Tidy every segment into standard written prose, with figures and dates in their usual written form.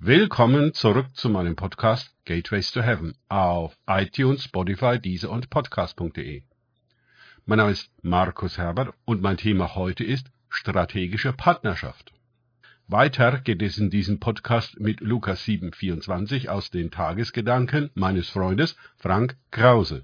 Willkommen zurück zu meinem Podcast Gateways to Heaven auf iTunes, Spotify, Deezer und Podcast.de. Mein Name ist Markus Herbert und mein Thema heute ist strategische Partnerschaft. Weiter geht es in diesem Podcast mit Lukas 7,24 aus den Tagesgedanken meines Freundes Frank Krause.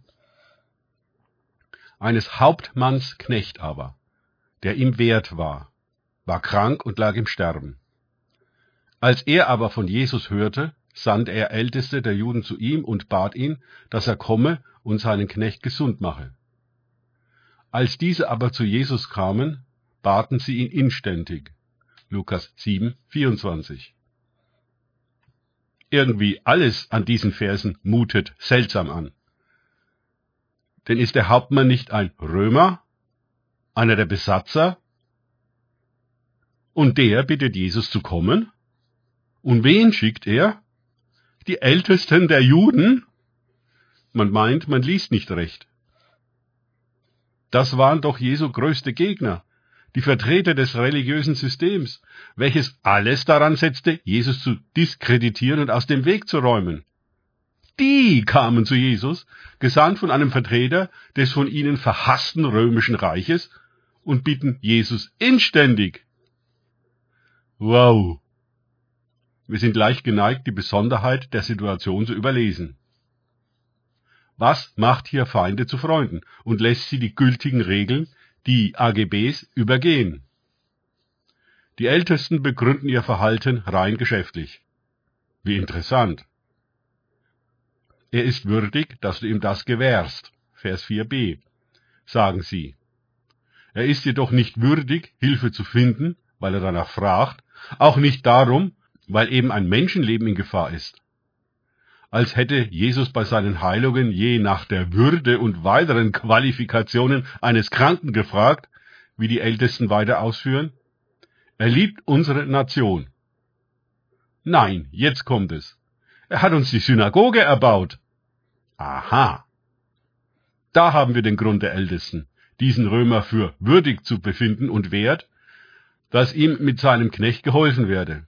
Eines Hauptmanns Knecht aber, der ihm wert war krank und lag im Sterben. Als er aber von Jesus hörte, sandte er Älteste der Juden zu ihm und bat ihn, dass er komme und seinen Knecht gesund mache. Als diese aber zu Jesus kamen, baten sie ihn inständig. Lukas 7,24. Irgendwie alles an diesen Versen mutet seltsam an. Denn ist der Hauptmann nicht ein Römer, einer der Besatzer? Und der bittet Jesus zu kommen? Und wen schickt er? Die Ältesten der Juden? Man meint, man liest nicht recht. Das waren doch Jesu größte Gegner, die Vertreter des religiösen Systems, welches alles daran setzte, Jesus zu diskreditieren und aus dem Weg zu räumen. Die kamen zu Jesus, gesandt von einem Vertreter des von ihnen verhassten römischen Reiches, und bitten Jesus inständig. Wow! Wir sind leicht geneigt, die Besonderheit der Situation zu überlesen. Was macht hier Feinde zu Freunden und lässt sie die gültigen Regeln, die AGBs, übergehen? Die Ältesten begründen ihr Verhalten rein geschäftlich. Wie interessant. Er ist würdig, dass du ihm das gewährst. Vers 4b, sagen sie. Er ist jedoch nicht würdig, Hilfe zu finden, weil er danach fragt, auch nicht darum, weil eben ein Menschenleben in Gefahr ist. Als hätte Jesus bei seinen Heilungen je nach der Würde und weiteren Qualifikationen eines Kranken gefragt, wie die Ältesten weiter ausführen. Er liebt unsere Nation. Nein, jetzt kommt es. Er hat uns die Synagoge erbaut. Aha. Da haben wir den Grund der Ältesten, diesen Römer für würdig zu befinden und wert, dass ihm mit seinem Knecht geholfen werde.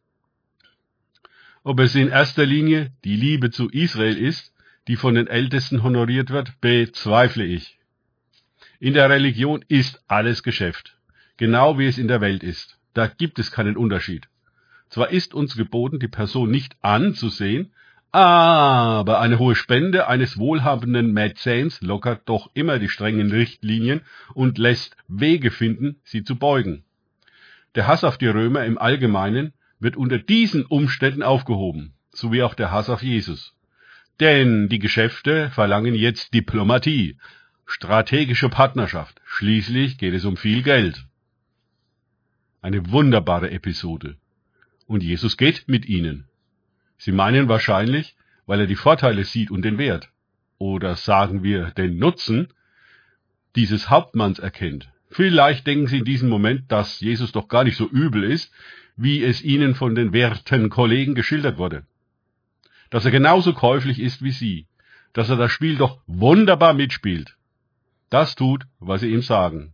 Ob es in erster Linie die Liebe zu Israel ist, die von den Ältesten honoriert wird, bezweifle ich. In der Religion ist alles Geschäft, genau wie es in der Welt ist. Da gibt es keinen Unterschied. Zwar ist uns geboten, die Person nicht anzusehen, aber eine hohe Spende eines wohlhabenden Mäzens lockert doch immer die strengen Richtlinien und lässt Wege finden, sie zu beugen. Der Hass auf die Römer im Allgemeinen wird unter diesen Umständen aufgehoben, sowie auch der Hass auf Jesus. Denn die Geschäfte verlangen jetzt Diplomatie, strategische Partnerschaft. Schließlich geht es um viel Geld. Eine wunderbare Episode. Und Jesus geht mit ihnen. Sie meinen wahrscheinlich, weil er die Vorteile sieht und den Wert. Oder sagen wir den Nutzen dieses Hauptmanns erkennt. Vielleicht denken Sie in diesem Moment, dass Jesus doch gar nicht so übel ist, wie es Ihnen von den werten Kollegen geschildert wurde. Dass er genauso käuflich ist wie Sie. Dass er das Spiel doch wunderbar mitspielt. Das tut, was Sie ihm sagen.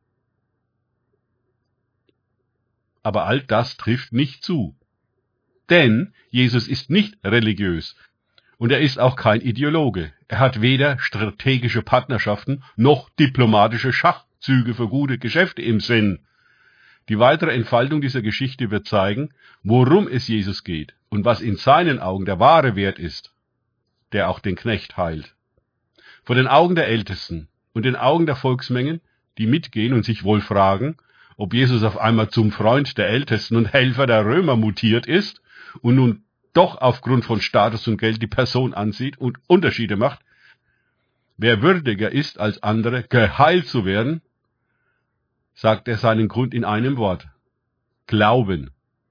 Aber all das trifft nicht zu. Denn Jesus ist nicht religiös. Und er ist auch kein Ideologe. Er hat weder strategische Partnerschaften noch diplomatische Schachzüge für gute Geschäfte im Sinn. Die weitere Entfaltung dieser Geschichte wird zeigen, worum es Jesus geht und was in seinen Augen der wahre Wert ist, der auch den Knecht heilt. Vor den Augen der Ältesten und den Augen der Volksmengen, die mitgehen und sich wohl fragen, ob Jesus auf einmal zum Freund der Ältesten und Helfer der Römer mutiert ist und nun doch aufgrund von Status und Geld die Person ansieht und Unterschiede macht, wer würdiger ist als andere, geheilt zu werden, sagt er seinen Grund in einem Wort. Glauben.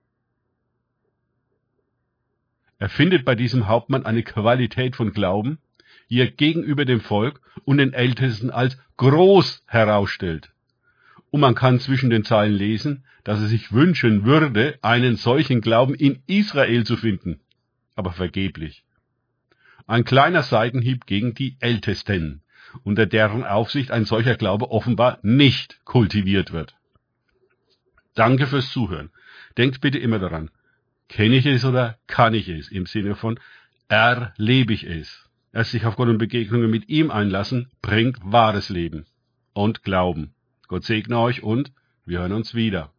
Er findet bei diesem Hauptmann eine Qualität von Glauben, die er gegenüber dem Volk und den Ältesten als groß herausstellt. Und man kann zwischen den Zeilen lesen, dass er sich wünschen würde, einen solchen Glauben in Israel zu finden. Aber vergeblich. Ein kleiner Seitenhieb gegen die Ältesten, unter deren Aufsicht ein solcher Glaube offenbar nicht kultiviert wird. Danke fürs Zuhören. Denkt bitte immer daran, Kenne ich es oder kann ich es? Im Sinne von erlebe ich es. Erst sich auf Gott und Begegnungen mit ihm einlassen, bringt wahres Leben und Glauben. Gott segne euch und wir hören uns wieder.